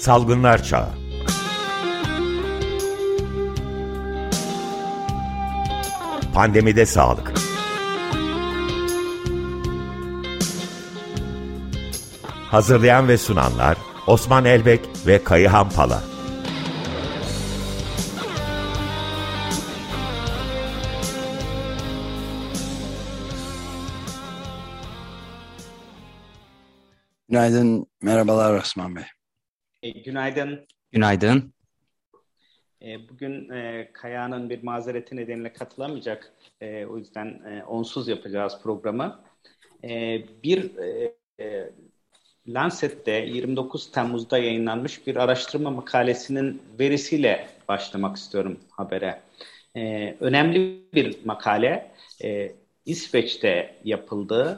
Salgınlar Çağı. Pandemide sağlık. Hazırlayan ve sunanlar Osman Elbek ve Kayıhan Pala. Günaydın, merhabalar Osman Bey. Günaydın. Günaydın. Bugün Kaya'nın bir mazereti nedeniyle katılamayacak. O yüzden onsuz yapacağız programı. Lancet'te 29 Temmuz'da yayınlanmış bir araştırma makalesinin verisiyle başlamak istiyorum habere. Önemli bir makale. İsveç'te yapıldı.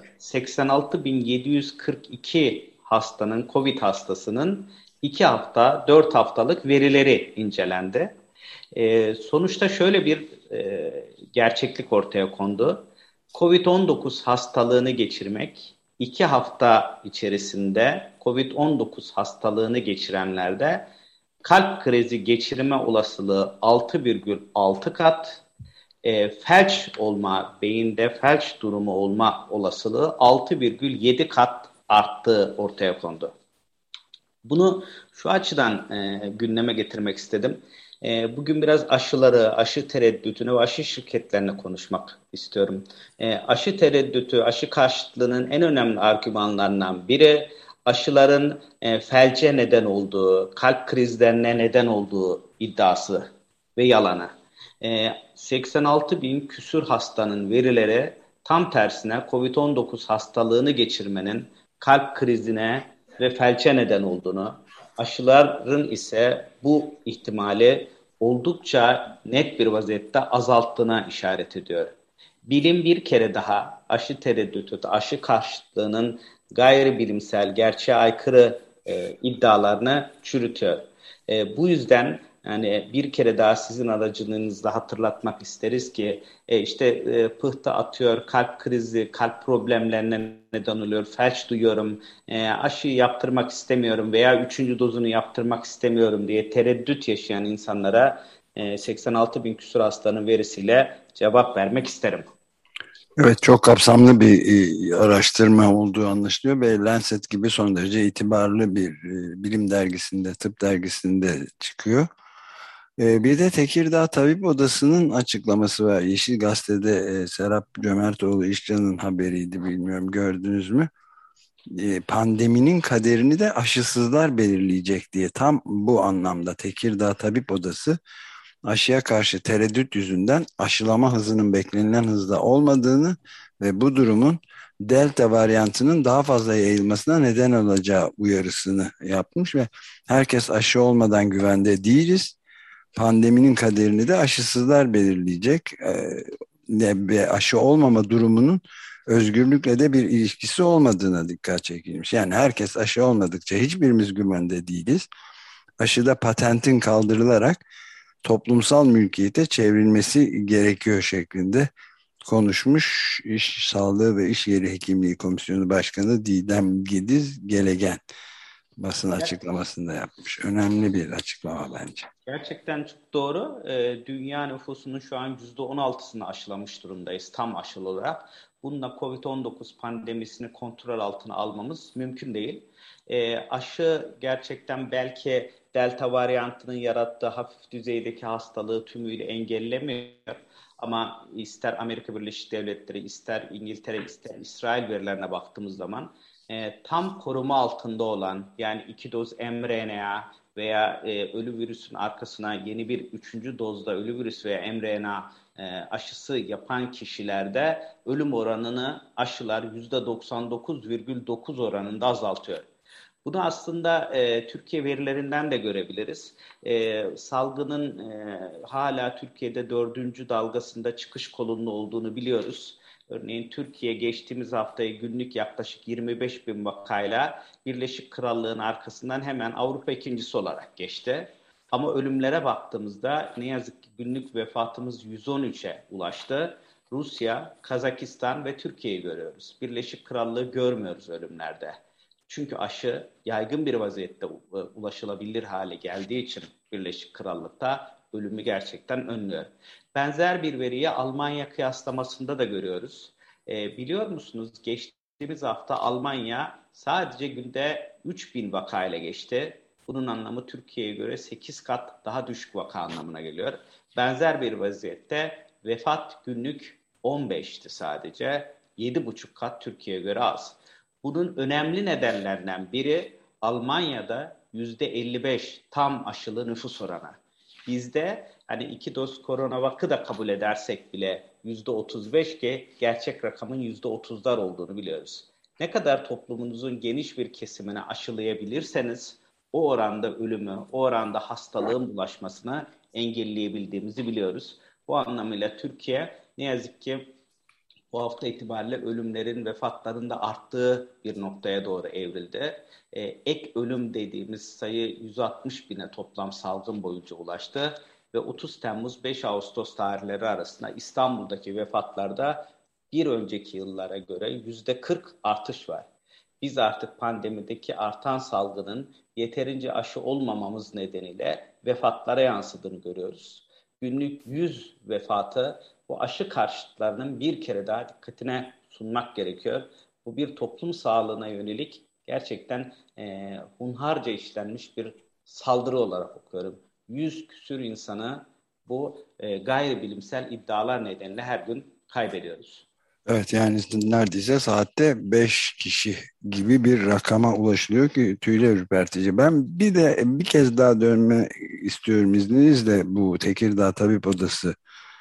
86.742 hastanın, Covid hastasının 2 hafta, 4 haftalık verileri incelendi. Sonuçta şöyle bir gerçeklik ortaya kondu. Covid-19 hastalığını geçirmek, 2 hafta içerisinde Covid-19 hastalığını geçirenlerde kalp krizi geçirme olasılığı 6,6 kat, felç olma, beyinde felç durumu olma olasılığı 6,7 kat arttığı ortaya kondu. Bunu şu açıdan gündeme getirmek istedim. Bugün biraz aşı tereddütünü ve aşı şirketlerine konuşmak istiyorum. Aşı tereddütü, aşı karşıtlığının en önemli argümanlarından biri aşıların felce neden olduğu, kalp krizlerine neden olduğu iddiası ve yalanı. 86 bin küsur hastanın verileri tam tersine COVID-19 hastalığını geçirmenin kalp krizine ve felçe neden olduğunu, aşıların ise bu ihtimali oldukça net bir vaziyette azalttığına işaret ediyor. Bilim bir kere daha aşı tereddütü, aşı karşıtlığının gayri bilimsel, gerçeğe aykırı iddialarını çürütüyor. Bu yüzden yani bir kere daha sizin aracılığınızla hatırlatmak isteriz ki pıhtı atıyor, kalp krizi, kalp problemlerine neden oluyor, felç duyuyorum, aşı yaptırmak istemiyorum veya 3. dozunu yaptırmak istemiyorum diye tereddüt yaşayan insanlara 86 bin küsur hastanın verisiyle cevap vermek isterim. Evet, çok kapsamlı bir araştırma olduğu anlaşılıyor ve Lancet gibi son derece itibarlı bir bilim dergisinde, tıp dergisinde çıkıyor. Bir de Tekirdağ Tabip Odası'nın açıklaması var. Yeşil Gazete'de Serap Cömertoğlu İşcan'ın haberiydi, bilmiyorum gördünüz mü? Pandeminin kaderini de aşısızlar belirleyecek diye, tam bu anlamda Tekirdağ Tabip Odası aşıya karşı tereddüt yüzünden aşılama hızının beklenilen hızda olmadığını ve bu durumun Delta varyantının daha fazla yayılmasına neden olacağı uyarısını yapmış ve herkes aşı olmadan güvende değiliz. Pandeminin kaderini de aşısızlar belirleyecek ve aşı olmama durumunun özgürlükle de bir ilişkisi olmadığına dikkat çekilmiş. Yani herkes aşı olmadıkça hiçbirimiz güvende değiliz. Aşıda patentin kaldırılarak toplumsal mülkiyete çevrilmesi gerekiyor şeklinde konuşmuş İş Sağlığı ve İş Yeri Hekimliği Komisyonu Başkanı Didem Gediz Gelegen basın açıklamasında yapmış. Önemli bir açıklama bence. Gerçekten çok doğru. Dünya nüfusunun şu an %16'sını aşılamış durumdayız tam aşılı olarak. Bununla COVID-19 pandemisini kontrol altına almamız mümkün değil. Aşı gerçekten belki Delta varyantının yarattığı hafif düzeydeki hastalığı tümüyle engellemiyor. Ama ister Amerika Birleşik Devletleri, ister İngiltere, ister İsrail verilerine baktığımız zaman tam koruma altında olan, yani 2 doz mRNA veya ölü virüsün arkasına yeni bir 3. dozda ölü virüs veya mRNA aşısı yapan kişilerde ölüm oranını aşılar %99,9 oranında azaltıyor. Bunu aslında Türkiye verilerinden de görebiliriz. Salgının hala Türkiye'de 4. dalgasında çıkış kolunda olduğunu biliyoruz. Örneğin Türkiye geçtiğimiz haftayı günlük yaklaşık 25 bin vakayla Birleşik Krallığın arkasından hemen Avrupa ikincisi olarak geçti. Ama ölümlere baktığımızda ne yazık ki günlük vefatımız 113'e ulaştı. Rusya, Kazakistan ve Türkiye'yi görüyoruz. Birleşik Krallığı görmüyoruz ölümlerde. Çünkü aşı yaygın bir vaziyette ulaşılabilir hale geldiği için Birleşik Krallık'ta ölümü gerçekten önlüyor. Benzer bir veriyi Almanya kıyaslamasında da görüyoruz. Biliyor musunuz, geçtiğimiz hafta Almanya sadece günde 3.000 vakayla geçti. Bunun anlamı Türkiye'ye göre 8 kat daha düşük vaka anlamına geliyor. Benzer bir vaziyette vefat günlük 15'ti sadece. 7,5 kat Türkiye'ye göre az. Bunun önemli nedenlerinden biri Almanya'da %55 tam aşılı nüfus oranı. Bizde hani 2 doz CoronaVac'ı da kabul edersek bile %35 ki gerçek rakamın %30'lar olduğunu biliyoruz. Ne kadar toplumunuzun geniş bir kesimini aşılayabilirseniz o oranda ölümü, o oranda hastalığın bulaşmasını engelleyebildiğimizi biliyoruz. Bu anlamıyla Türkiye ne yazık ki bu hafta itibariyle ölümlerin, vefatların da arttığı bir noktaya doğru evrildi. Ek ölüm dediğimiz sayı 160 bine toplam salgın boyunca ulaştı ve 30 Temmuz 5 Ağustos tarihleri arasında İstanbul'daki vefatlarda bir önceki yıllara göre %40 artış var. Biz artık pandemideki artan salgının yeterince aşı olmamamız nedeniyle vefatlara yansıdığını görüyoruz. Günlük 100 vefatı bu aşı karşıtlarının bir kere daha dikkatine sunmak gerekiyor. Bu bir toplum sağlığına yönelik gerçekten hunharca işlenmiş bir saldırı olarak okuyorum. 100 küsür insanı bu gayri bilimsel iddialar nedeniyle her gün kaybediyoruz. Evet, yani neredeyse saatte 5 kişi gibi bir rakama ulaşılıyor ki tüyler ürpertici. Ben bir kez daha dönme istiyorum izninizle, bu Tekirdağ Tabip Odası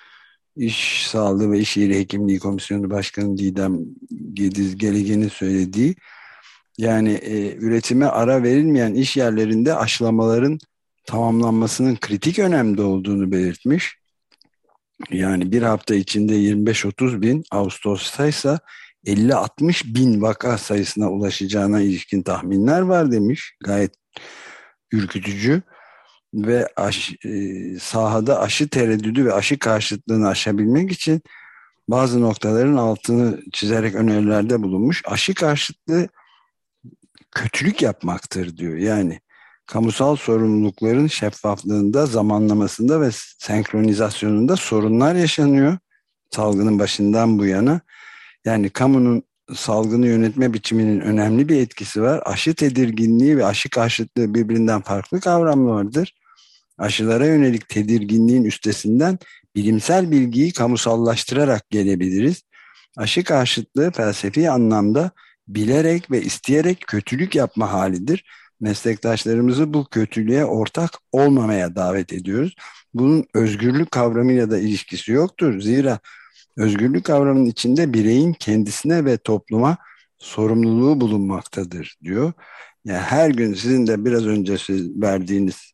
İş Sağlığı ve İş Yeri Hekimliği Komisyonu Başkanı Didem Gediz Gelegen'in söylediği, yani üretime ara verilmeyen iş yerlerinde aşılamaların tamamlanmasının kritik önemde olduğunu belirtmiş. Yani bir hafta içinde 25-30 bin, Ağustos'ta ise 50-60 bin vaka sayısına ulaşacağına ilişkin tahminler var demiş. Gayet ürkütücü ve sahada aşı tereddüdü ve aşı karşıtlığını aşabilmek için bazı noktaların altını çizerek önerilerde bulunmuş. Aşı karşıtlığı kötülük yapmaktır diyor. Yani kamusal sorumlulukların şeffaflığında, zamanlamasında ve senkronizasyonunda sorunlar yaşanıyor salgının başından bu yana. Yani kamunun salgını yönetme biçiminin önemli bir etkisi var. Aşı tedirginliği ve aşı karşıtlığı birbirinden farklı kavramlardır. Aşılara yönelik tedirginliğin üstesinden bilimsel bilgiyi kamusallaştırarak gelebiliriz. Aşı karşıtlığı felsefi anlamda bilerek ve isteyerek kötülük yapma halidir. Meslektaşlarımızı bu kötülüğe ortak olmamaya davet ediyoruz. Bunun özgürlük kavramıyla da ilişkisi yoktur. Zira özgürlük kavramının içinde bireyin kendisine ve topluma sorumluluğu bulunmaktadır diyor. Yani her gün sizin de biraz önce verdiğiniz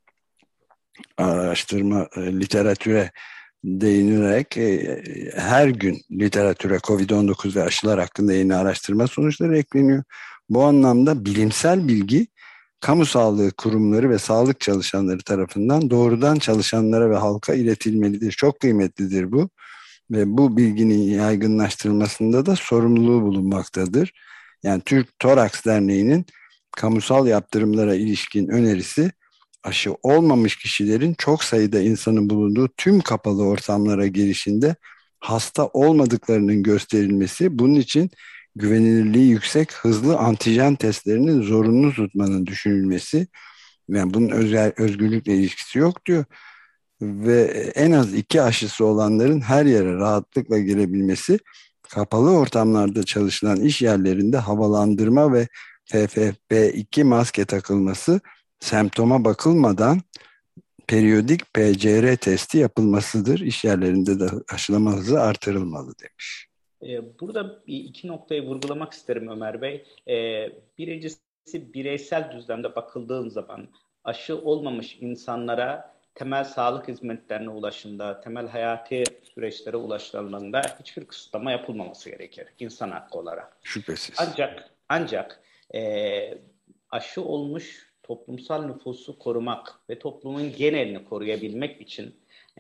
araştırma literatüre değinerek her gün literatüre COVID-19 ve aşılar hakkında yeni araştırma sonuçları ekleniyor. Bu anlamda bilimsel bilgi kamu sağlığı kurumları ve sağlık çalışanları tarafından doğrudan çalışanlara ve halka iletilmelidir. Çok kıymetlidir bu ve bu bilginin yaygınlaştırılmasında da sorumluluğu bulunmaktadır. Yani Türk Toraks Derneği'nin kamusal yaptırımlara ilişkin önerisi, aşı olmamış kişilerin çok sayıda insanın bulunduğu tüm kapalı ortamlara girişinde hasta olmadıklarının gösterilmesi, bunun için güvenilirliği yüksek hızlı antijen testlerinin zorunlu tutmanın düşünülmesi, yani bunun özgürlükle ilişkisi yok diyor ve en az 2 aşısı olanların her yere rahatlıkla girebilmesi, kapalı ortamlarda çalışılan iş yerlerinde havalandırma ve FFP2 maske takılması, semptoma bakılmadan periyodik PCR testi yapılmasıdır. İş yerlerinde de aşılama hızı artırılmalı demiş. Burada iki noktayı vurgulamak isterim Ömer Bey. Birincisi, bireysel düzlemde bakıldığım zaman aşı olmamış insanlara temel sağlık hizmetlerine ulaşımda, temel hayati süreçlere ulaşılmasında hiçbir kısıtlama yapılmaması gerekir insan hakkı olarak. Şüphesiz. Ancak aşı olmuş toplumsal nüfusu korumak ve toplumun genelini koruyabilmek için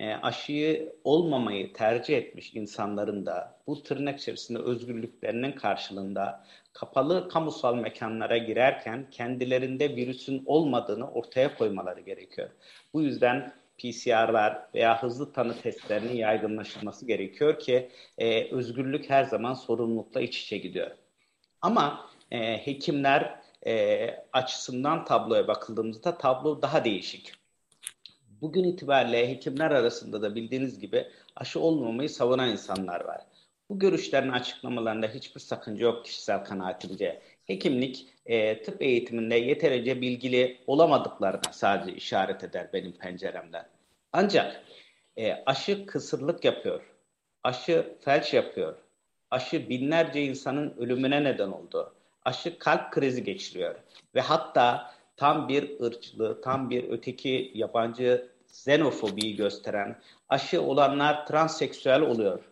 aşıyı olmamayı tercih etmiş insanların da bu tırnak içerisinde özgürlüklerinin karşılığında kapalı kamusal mekanlara girerken kendilerinde virüsün olmadığını ortaya koymaları gerekiyor. Bu yüzden PCR'lar veya hızlı tanı testlerinin yaygınlaşılması gerekiyor ki özgürlük her zaman sorumlulukla iç içe gidiyor. Ama hekimler açısından tabloya bakıldığımızda tablo daha değişik. Bugün itibariyle hekimler arasında da bildiğiniz gibi aşı olmamayı savunan insanlar var. Bu görüşlerin açıklamalarında hiçbir sakınca yok kişisel kanaatimce. Hekimlik tıp eğitiminde yeterince bilgili olamadıklarına sadece işaret eder benim penceremden. Ancak aşı kısırlık yapıyor, aşı felç yapıyor, aşı binlerce insanın ölümüne neden oldu, aşı kalp krizi geçiriyor ve hatta tam bir ırkçılığı, tam bir öteki yabancı xenofobiyi gösteren aşı olanlar transseksüel oluyor.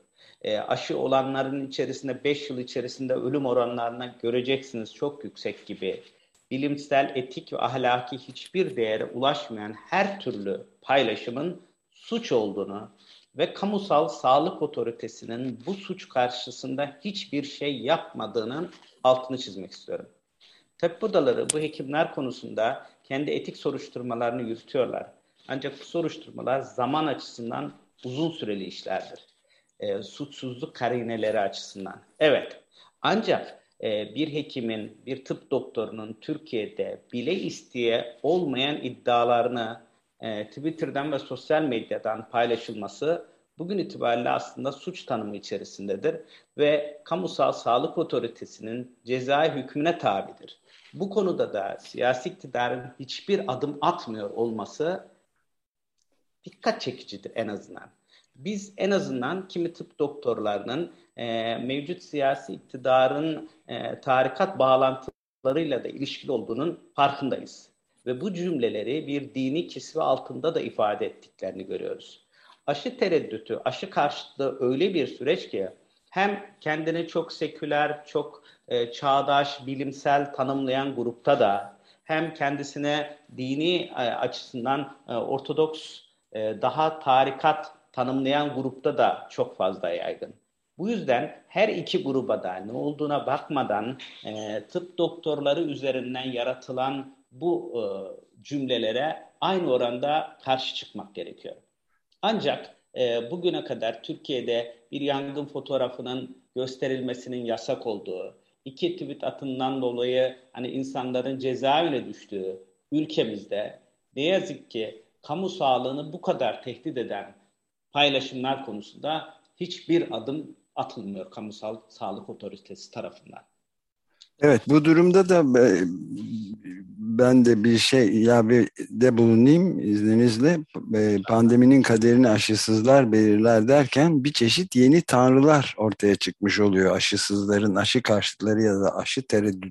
Aşı olanların içerisinde 5 yıl içerisinde ölüm oranlarına göreceksiniz çok yüksek gibi bilimsel, etik ve ahlaki hiçbir değere ulaşmayan her türlü paylaşımın suç olduğunu ve kamusal sağlık otoritesinin bu suç karşısında hiçbir şey yapmadığının altını çizmek istiyorum. Tıp odaları bu hekimler konusunda kendi etik soruşturmalarını yürütüyorlar. Ancak bu soruşturmalar zaman açısından uzun süreli işlerdir. Suçsuzluk karineleri açısından. Evet. Ancak bir hekimin, bir tıp doktorunun Türkiye'de bile isteye olmayan iddialarını Twitter'dan ve sosyal medyadan paylaşılması bugün itibariyle aslında suç tanımı içerisindedir ve kamusal sağlık otoritesinin cezai hükmüne tabidir. Bu konuda da siyasi iktidarın hiçbir adım atmıyor olması dikkat çekicidir en azından. Biz en azından kimi tıp doktorlarının mevcut siyasi iktidarın tarikat bağlantılarıyla da ilişkili olduğunun farkındayız. Ve bu cümleleri bir dini kisve altında da ifade ettiklerini görüyoruz. Aşı tereddütü, aşı karşıtlığı öyle bir süreç ki hem kendini çok seküler, çok çağdaş, bilimsel tanımlayan grupta da hem kendisine dini açısından ortodoks, daha tarikat tanımlayan grupta da çok fazla yaygın. Bu yüzden her iki gruba da ne olduğuna bakmadan tıp doktorları üzerinden yaratılan bu cümlelere aynı oranda karşı çıkmak gerekiyor. Ancak bugüne kadar Türkiye'de bir yangın fotoğrafının gösterilmesinin yasak olduğu, 2 tweet atından dolayı hani insanların cezaevine düştüğü ülkemizde ne yazık ki kamu sağlığını bu kadar tehdit eden paylaşımlar konusunda hiçbir adım atılmıyor kamusal sağlık otoritesi tarafından. Evet, bu durumda da ben de bir şey ilave de bulunayım izninizle. Pandeminin kaderini aşısızlar belirler derken bir çeşit yeni tanrılar ortaya çıkmış oluyor. Aşısızların, aşı karşıtları ya da aşı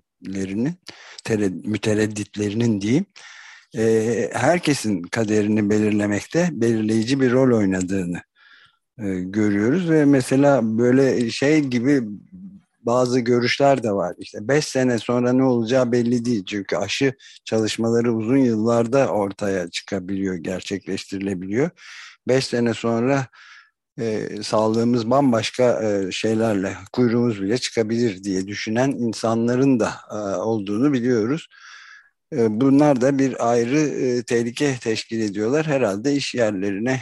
müteredditlerinin diyeyim. Herkesin kaderini belirlemekte belirleyici bir rol oynadığını görüyoruz ve mesela böyle şey gibi bazı görüşler de var. İşte 5 sene sonra ne olacağı belli değil. Çünkü aşı çalışmaları uzun yıllarda ortaya çıkabiliyor, gerçekleştirilebiliyor. 5 sene sonra sağlığımız bambaşka şeylerle, kuyruğumuz bile çıkabilir diye düşünen insanların da olduğunu biliyoruz. Bunlar da bir ayrı tehlike teşkil ediyorlar. Herhalde iş yerlerine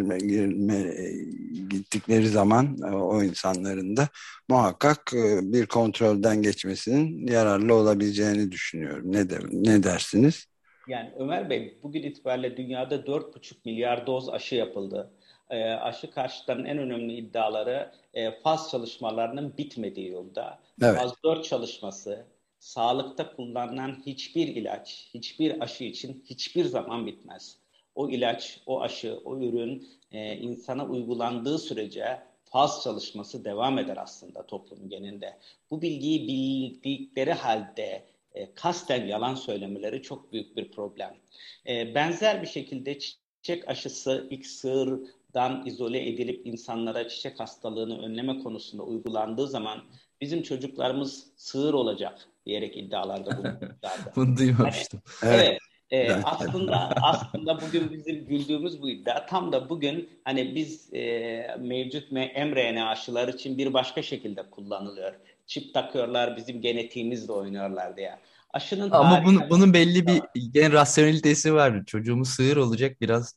gittikleri zaman o insanların da muhakkak bir kontrolden geçmesinin yararlı olabileceğini düşünüyorum. Ne dersiniz? Yani Ömer Bey, bugün itibariyle dünyada 4,5 milyar doz aşı yapıldı. Aşı karşıtlarının en önemli iddiaları faz çalışmalarının bitmediği yolda. Evet. Faz 4 çalışması, sağlıkta kullanılan hiçbir ilaç, hiçbir aşı için hiçbir zaman bitmez. O ilaç, o aşı, o ürün insana uygulandığı sürece faz çalışması devam eder aslında toplumun genelinde. Bu bilgiyi bildikleri halde kasten yalan söylemeleri çok büyük bir problem. Benzer bir şekilde çiçek aşısı ilk sığırdan izole edilip insanlara çiçek hastalığını önleme konusunda uygulandığı zaman bizim çocuklarımız sığır olacak diyerek iddialarda bulunmuşlardı. Bunu duymamıştım. Evet. Aslında bugün bizim güldüğümüz bu iddia tam da bugün hani biz mevcut mRNA aşılar için bir başka şekilde kullanılıyor. Çip takıyorlar, bizim genetiğimizle oynuyorlar diye. Aşının Ama tarihi bunun belli bir gen rasyonelitesi var. Çocuğumuz sığır olacak biraz.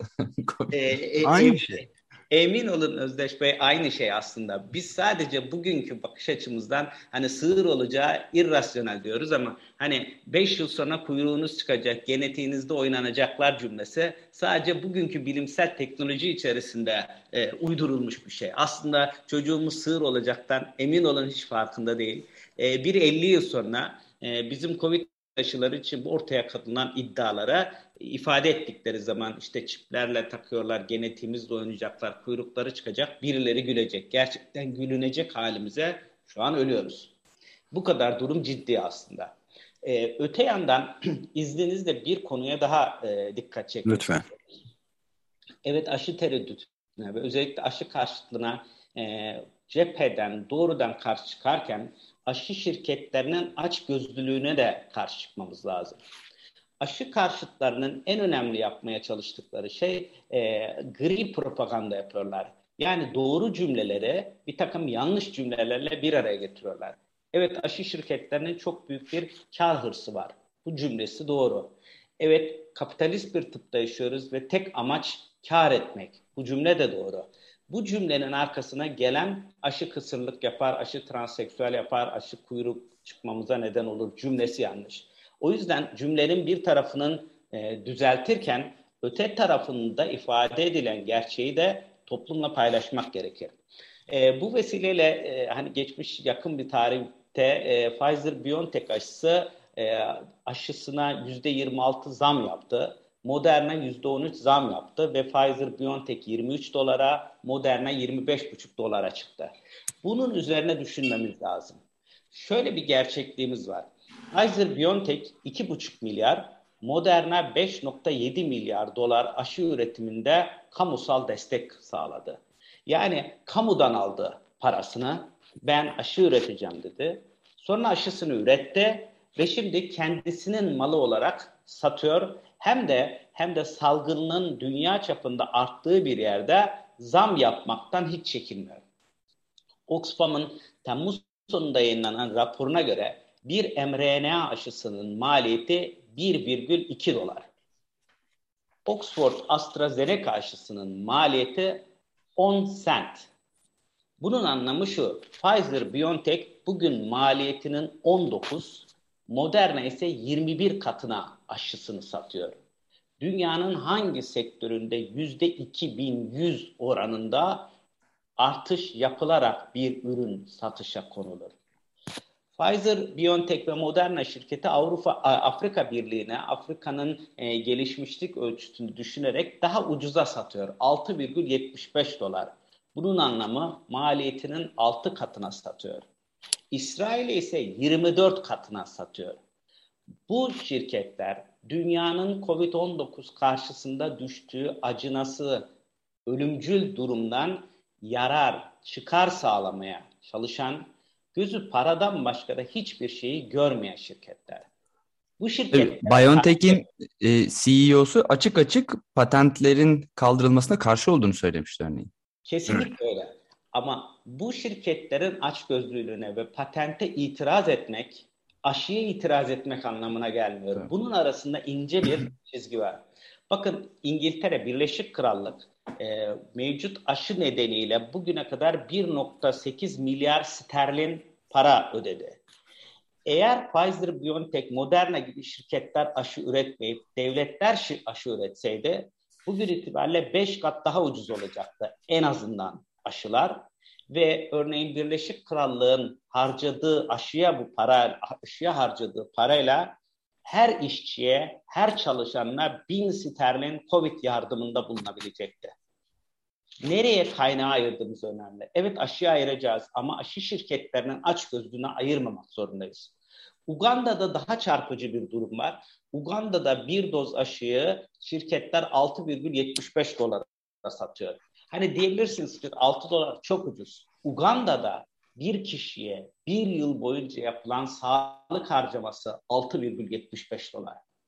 Aynı şey. Emin olun Özdeş Bey, aynı şey aslında. Biz sadece bugünkü bakış açımızdan hani sığır olacağı irrasyonel diyoruz ama hani 5 yıl sonra kuyruğunuz çıkacak, genetiğinizde oynanacaklar cümlesi sadece bugünkü bilimsel teknoloji içerisinde uydurulmuş bir şey. Aslında çocuğumuz sığır olacaktan emin olun hiç farkında değil. Bir 50 yıl sonra bizim Covid aşıları için ortaya katılan iddialara ifade ettikleri zaman işte çiplerle takıyorlar, genetiğimizle oynayacaklar, kuyrukları çıkacak, birileri gülecek. Gerçekten gülünecek halimize şu an ölüyoruz. Bu kadar durum ciddi aslında. Öte yandan izninizle bir konuya daha dikkat çekmek Lütfen. istiyorum. Evet, aşı tereddütüne ve özellikle aşı karşıtlığına cepheden doğrudan karşı çıkarken aşı şirketlerinin açgözlülüğüne de karşı çıkmamız lazım. Aşı karşıtlarının en önemli yapmaya çalıştıkları şey gri propaganda yapıyorlar. Yani doğru cümleleri bir takım yanlış cümlelerle bir araya getiriyorlar. Evet, aşı şirketlerinin çok büyük bir kar hırsı var. Bu cümlesi doğru. Evet, kapitalist bir tıpta yaşıyoruz ve tek amaç kar etmek. Bu cümle de doğru. Bu cümlenin arkasına gelen aşı kısırlık yapar, aşı transseksüel yapar, aşı kuyruk çıkmamıza neden olur cümlesi yanlış. O yüzden cümlenin bir tarafının düzeltirken öte tarafında ifade edilen gerçeği de toplumla paylaşmak gerekir. Bu vesileyle hani geçmiş yakın bir tarihte Pfizer-BioNTech aşısı aşısına %26 zam yaptı. Moderna %13 zam yaptı ve Pfizer-BioNTech 23 dolara, Moderna 25,5 dolara çıktı. Bunun üzerine düşünmemiz lazım. Şöyle bir gerçekliğimiz var. Pfizer-BioNTech 2,5 milyar, Moderna 5,7 milyar dolar aşı üretiminde kamusal destek sağladı. Yani kamudan aldı parasını, ben aşı üreteceğim dedi. Sonra aşısını üretti ve şimdi kendisinin malı olarak satıyor. Hem de salgının dünya çapında arttığı bir yerde zam yapmaktan hiç çekinmiyor. Oxfam'ın Temmuz sonunda yayınlanan raporuna göre bir mRNA aşısının maliyeti 1,2 dolar. Oxford AstraZeneca aşısının maliyeti 10 cent. Bunun anlamı şu: Pfizer-BioNTech bugün maliyetinin 19, Moderna ise 21 katına aşısını satıyor. Dünyanın hangi sektöründe %2100 oranında artış yapılarak bir ürün satışa konulur? Pfizer, BioNTech ve Moderna şirketi Afrika Birliği'ne Afrika'nın gelişmişlik ölçütünü düşünerek daha ucuza satıyor. 6,75 dolar. Bunun anlamı maliyetinin 6 katına satıyor. İsrail'e ise 24 katına satıyor. Bu şirketler dünyanın Covid-19 karşısında düştüğü acınası, ölümcül durumdan çıkar sağlamaya çalışan, gözü paradan başka da hiçbir şeyi görmeyen şirketler. Bu şirketler BioNTech'in CEO'su açık açık patentlerin kaldırılmasına karşı olduğunu söylemişti örneğin. kesinlikle öyle. Ama bu şirketlerin açgözlülüğüne ve patente itiraz etmek, aşıya itiraz etmek anlamına gelmiyor. Evet. Bunun arasında ince bir çizgi var. Bakın, İngiltere, Birleşik Krallık mevcut aşı nedeniyle bugüne kadar 1,8 milyar sterlin para ödedi. Eğer Pfizer, BioNTech, Moderna gibi şirketler aşı üretmeyip devletler aşı üretseydi bugün itibariyle 5 kat daha ucuz olacaktı en azından aşılar. Ve örneğin Birleşik Krallık'ın aşıya harcadığı parayla her işçiye, her çalışanına 1.000 sterlin Covid yardımında bulunabilecekti. Nereye kaynağı ayırdığımız önemli. Evet, aşıya ayıracağız ama aşı şirketlerinin açgözlülüğüne ayırmamak zorundayız. Uganda'da daha çarpıcı bir durum var. Uganda'da bir doz aşıyı şirketler 6,75 dolara satıyor. Hani diyebilirsiniz ki 6 dolar çok ucuz. Uganda'da bir kişiye bir yıl boyunca yapılan sağlık harcaması 6,75 dolar.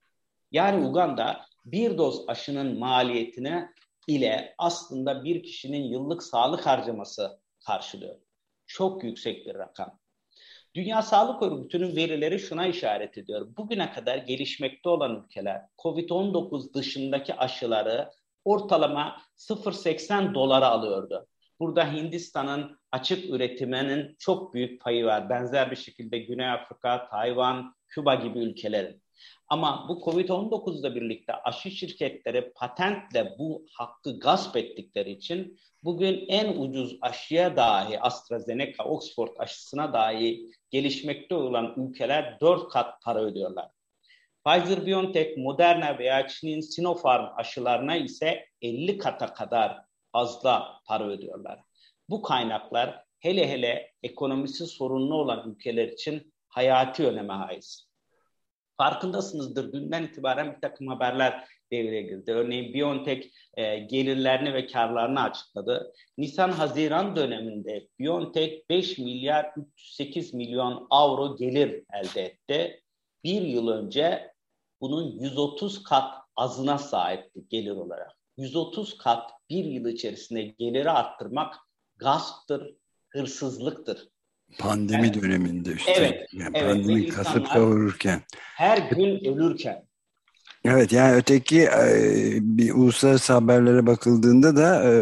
Yani Uganda bir doz aşının maliyetine ile aslında bir kişinin yıllık sağlık harcaması karşılıyor. Çok yüksek bir rakam. Dünya Sağlık Örgütü'nün verileri şuna işaret ediyor. Bugüne kadar gelişmekte olan ülkeler COVID-19 dışındaki aşıları ortalama 0,80 dolara alıyordu. Burada Hindistan'ın açık üretiminin çok büyük payı var. Benzer bir şekilde Güney Afrika, Tayvan, Küba gibi ülkelerin. Ama bu Covid-19'la birlikte aşı şirketleri patentle bu hakkı gasp ettikleri için bugün en ucuz aşıya dahi AstraZeneca, Oxford aşısına dahi gelişmekte olan ülkeler 4 kat para ödüyorlar. Pfizer-BioNTech, Moderna veya Çin'in Sinopharm aşılarına ise 50 kata kadar fazla para ödüyorlar. Bu kaynaklar hele hele ekonomisi sorunlu olan ülkeler için hayati öneme haiz. Farkındasınızdır, dünden itibaren bir takım haberler devreye girdi. Örneğin BioNTech gelirlerini ve karlarını açıkladı. Nisan-Haziran döneminde BioNTech 5 milyar 308 milyon avro gelir elde etti. Bir yıl önce bunun 130 kat azına sahipti gelir olarak. 130 kat bir yıl içerisinde geliri arttırmak gasptır, hırsızlıktır. Pandemi döneminde üstelik. Evet, Yani evet. Ve pandemi kasıp insanlar kavururken. her gün ölürken. Evet, yani öteki bir uluslararası haberlere bakıldığında da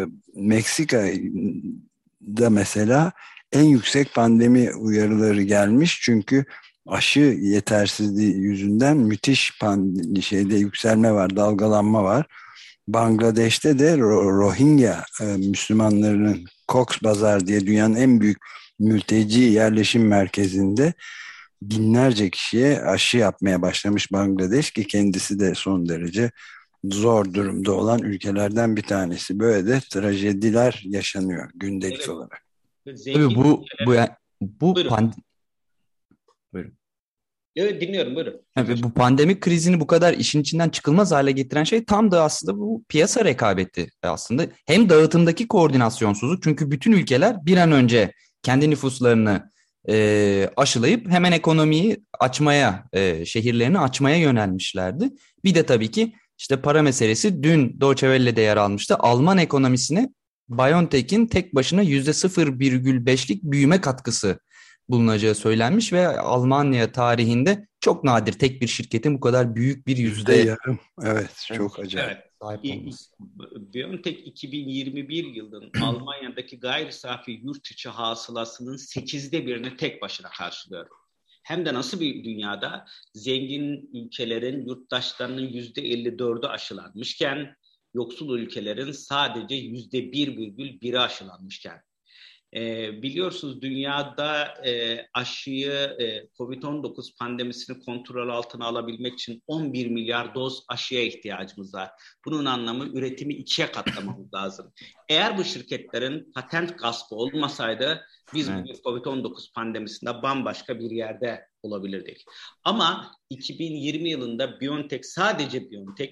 Meksika'da mesela en yüksek pandemi uyarıları gelmiş. Çünkü aşı yetersizliği yüzünden müthiş yükselme var, dalgalanma var. Bangladeş'te de Rohingya Müslümanlarının Cox's Bazar diye dünyanın en büyük mülteci yerleşim merkezinde binlerce kişiye aşı yapmaya başlamış Bangladeş, ki kendisi de son derece zor durumda olan ülkelerden bir tanesi. Böyle de trajediler yaşanıyor gündelik Evet. olarak. Tabii Zengin bu ülkelerin... yani bu Buyurun. pandemi. Buyurun. Evet, dinliyorum, buyurun. Yani bu pandemi krizini bu kadar işin içinden çıkılmaz hale getiren şey tam da aslında bu piyasa rekabeti aslında. Hem dağıtımdaki koordinasyonsuzluk, çünkü bütün ülkeler bir an önce kendi nüfuslarını aşılayıp hemen ekonomiyi açmaya, şehirlerini açmaya yönelmişlerdi. Bir de tabii ki işte para meselesi. Dün Deutsche Welle'de yer almıştı. Alman ekonomisine BioNTech'in tek başına %0,5'lik büyüme katkısı bulunacağı söylenmiş ve Almanya tarihinde çok nadir tek bir şirketin bu kadar büyük bir Yüzde yüzde yarım. Evet, çok acayip. Evet. sahip olması. BioNTech 2021 yılının Almanya'daki gayri safi yurt içi hasılasının 1/8'ini tek başına karşılıyor. Hem de nasıl bir dünyada? Zengin ülkelerin yurttaşlarının %54'ü aşılanmışken yoksul ülkelerin sadece %1,1'i aşılanmışken. Biliyorsunuz dünyada aşıyı COVID-19 pandemisini kontrol altına alabilmek için 11 milyar doz aşıya ihtiyacımız var. Bunun anlamı üretimi 2'ye katlamamız lazım. Eğer bu şirketlerin patent gaspı olmasaydı biz bugün COVID-19 pandemisinde bambaşka bir yerde olabilirdik. Ama 2020 yılında BioNTech, sadece BioNTech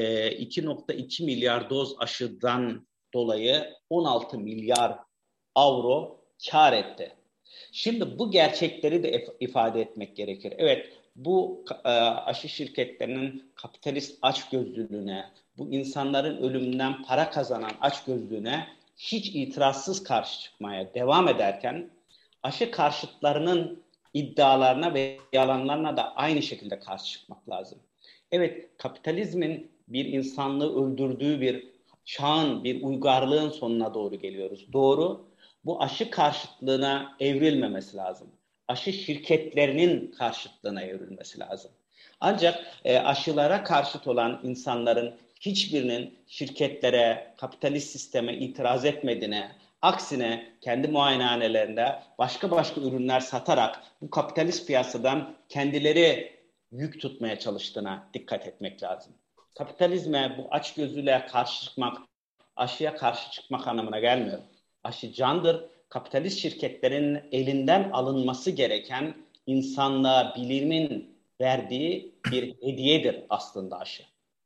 2,2 milyar doz aşıdan dolayı 16 milyar avro kar etti. Şimdi bu gerçekleri de ifade etmek gerekir. Evet, bu aşı şirketlerinin kapitalist açgözlülüğüne, bu insanların ölümünden para kazanan açgözlülüğüne hiç itirazsız karşı çıkmaya devam ederken aşı karşıtlarının iddialarına ve yalanlarına da aynı şekilde karşı çıkmak lazım. Evet, kapitalizmin bir insanlığı öldürdüğü bir çağın, bir uygarlığın sonuna doğru geliyoruz. Doğru. Bu aşı karşıtlığına evrilmemesi lazım. Aşı şirketlerinin karşıtlığına evrilmesi lazım. Ancak aşılara karşıt olan insanların hiçbirinin şirketlere, kapitalist sisteme itiraz etmediğine, aksine kendi muayenehanelerinde başka ürünler satarak bu kapitalist piyasadan kendileri yük tutmaya çalıştığına dikkat etmek lazım. Kapitalizme, bu açgözlülüğe karşı çıkmak, aşıya karşı çıkmak anlamına gelmiyor. Aşı candır. Kapitalist şirketlerin elinden alınması gereken insanlığa bilimin verdiği bir hediyedir aslında aşı.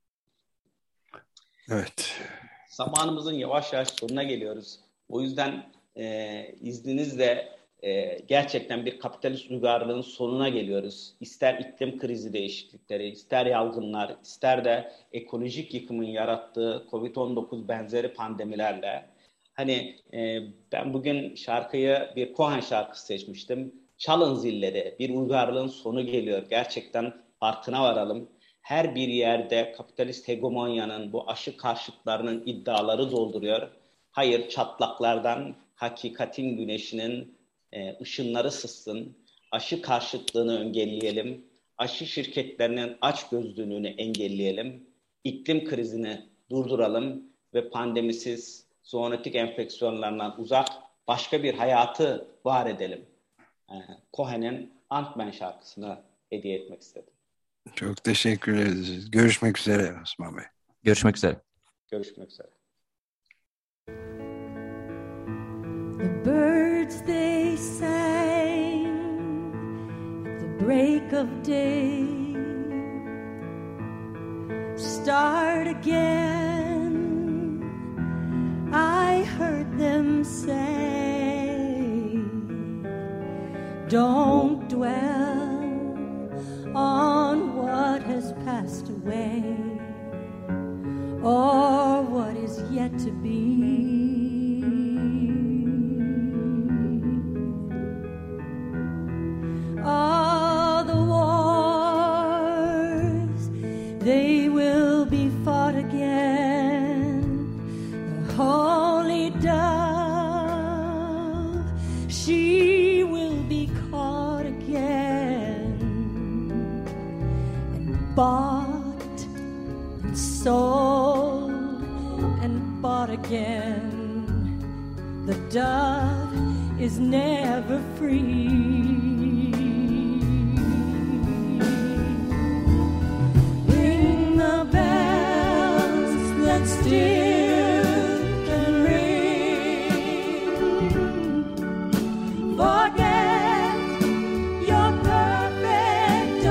Evet. Zamanımızın yavaş yavaş sonuna geliyoruz. O yüzden izninizle gerçekten bir kapitalist uygarlığın sonuna geliyoruz. İster iklim krizi değişiklikleri, ister yangınlar, ister de ekolojik yıkımın yarattığı Covid-19 benzeri pandemilerle. Hani ben bugün şarkıyı bir Cohen şarkısı seçmiştim. Çalın zilleri, bir uygarlığın sonu geliyor. Gerçekten farkına varalım. Her bir yerde kapitalist hegemonyanın bu aşı karşıtlarının iddiaları dolduruyor. Hayır, çatlaklardan hakikatin güneşinin ışınları sızsın. Aşı karşıtlığını engelleyelim. Aşı şirketlerinin açgözlülüğünü engelleyelim. İklim krizini durduralım ve pandemisiz, zoonotik enfeksiyonlardan uzak başka bir hayatı var edelim. Cohen'in Ant-Man şarkısını hediye etmek istedim. Çok teşekkür ederiz. Görüşmek üzere Osman Bey. Görüşmek üzere. Görüşmek üzere. The birds they sang at the break of day start again. I heard them say, don't dwell on what has passed away or what is yet to be. All the wars, they will be fought again. The holy dove, she will be caught again and bought and sold and bought again. The dove is never free. Still can ring. Forget your perfect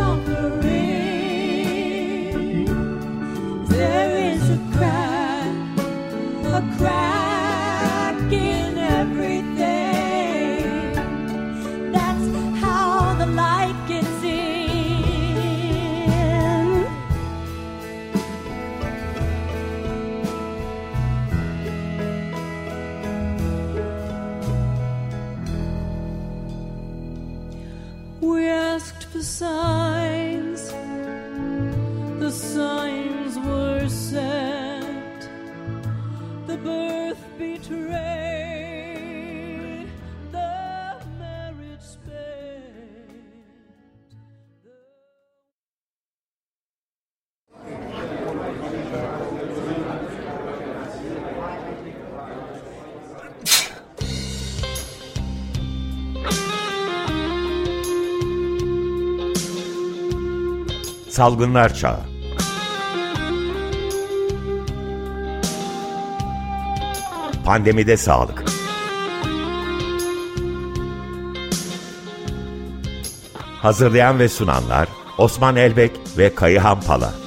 offering. There is a crack in everything. That's how the light gets in. We asked for signs, the signs were sent, the birth betrayed, the marriage spent. Salgınlar Çağı. Pandemide sağlık. Hazırlayan ve sunanlar Osman Elbek ve Kayıhan Pala.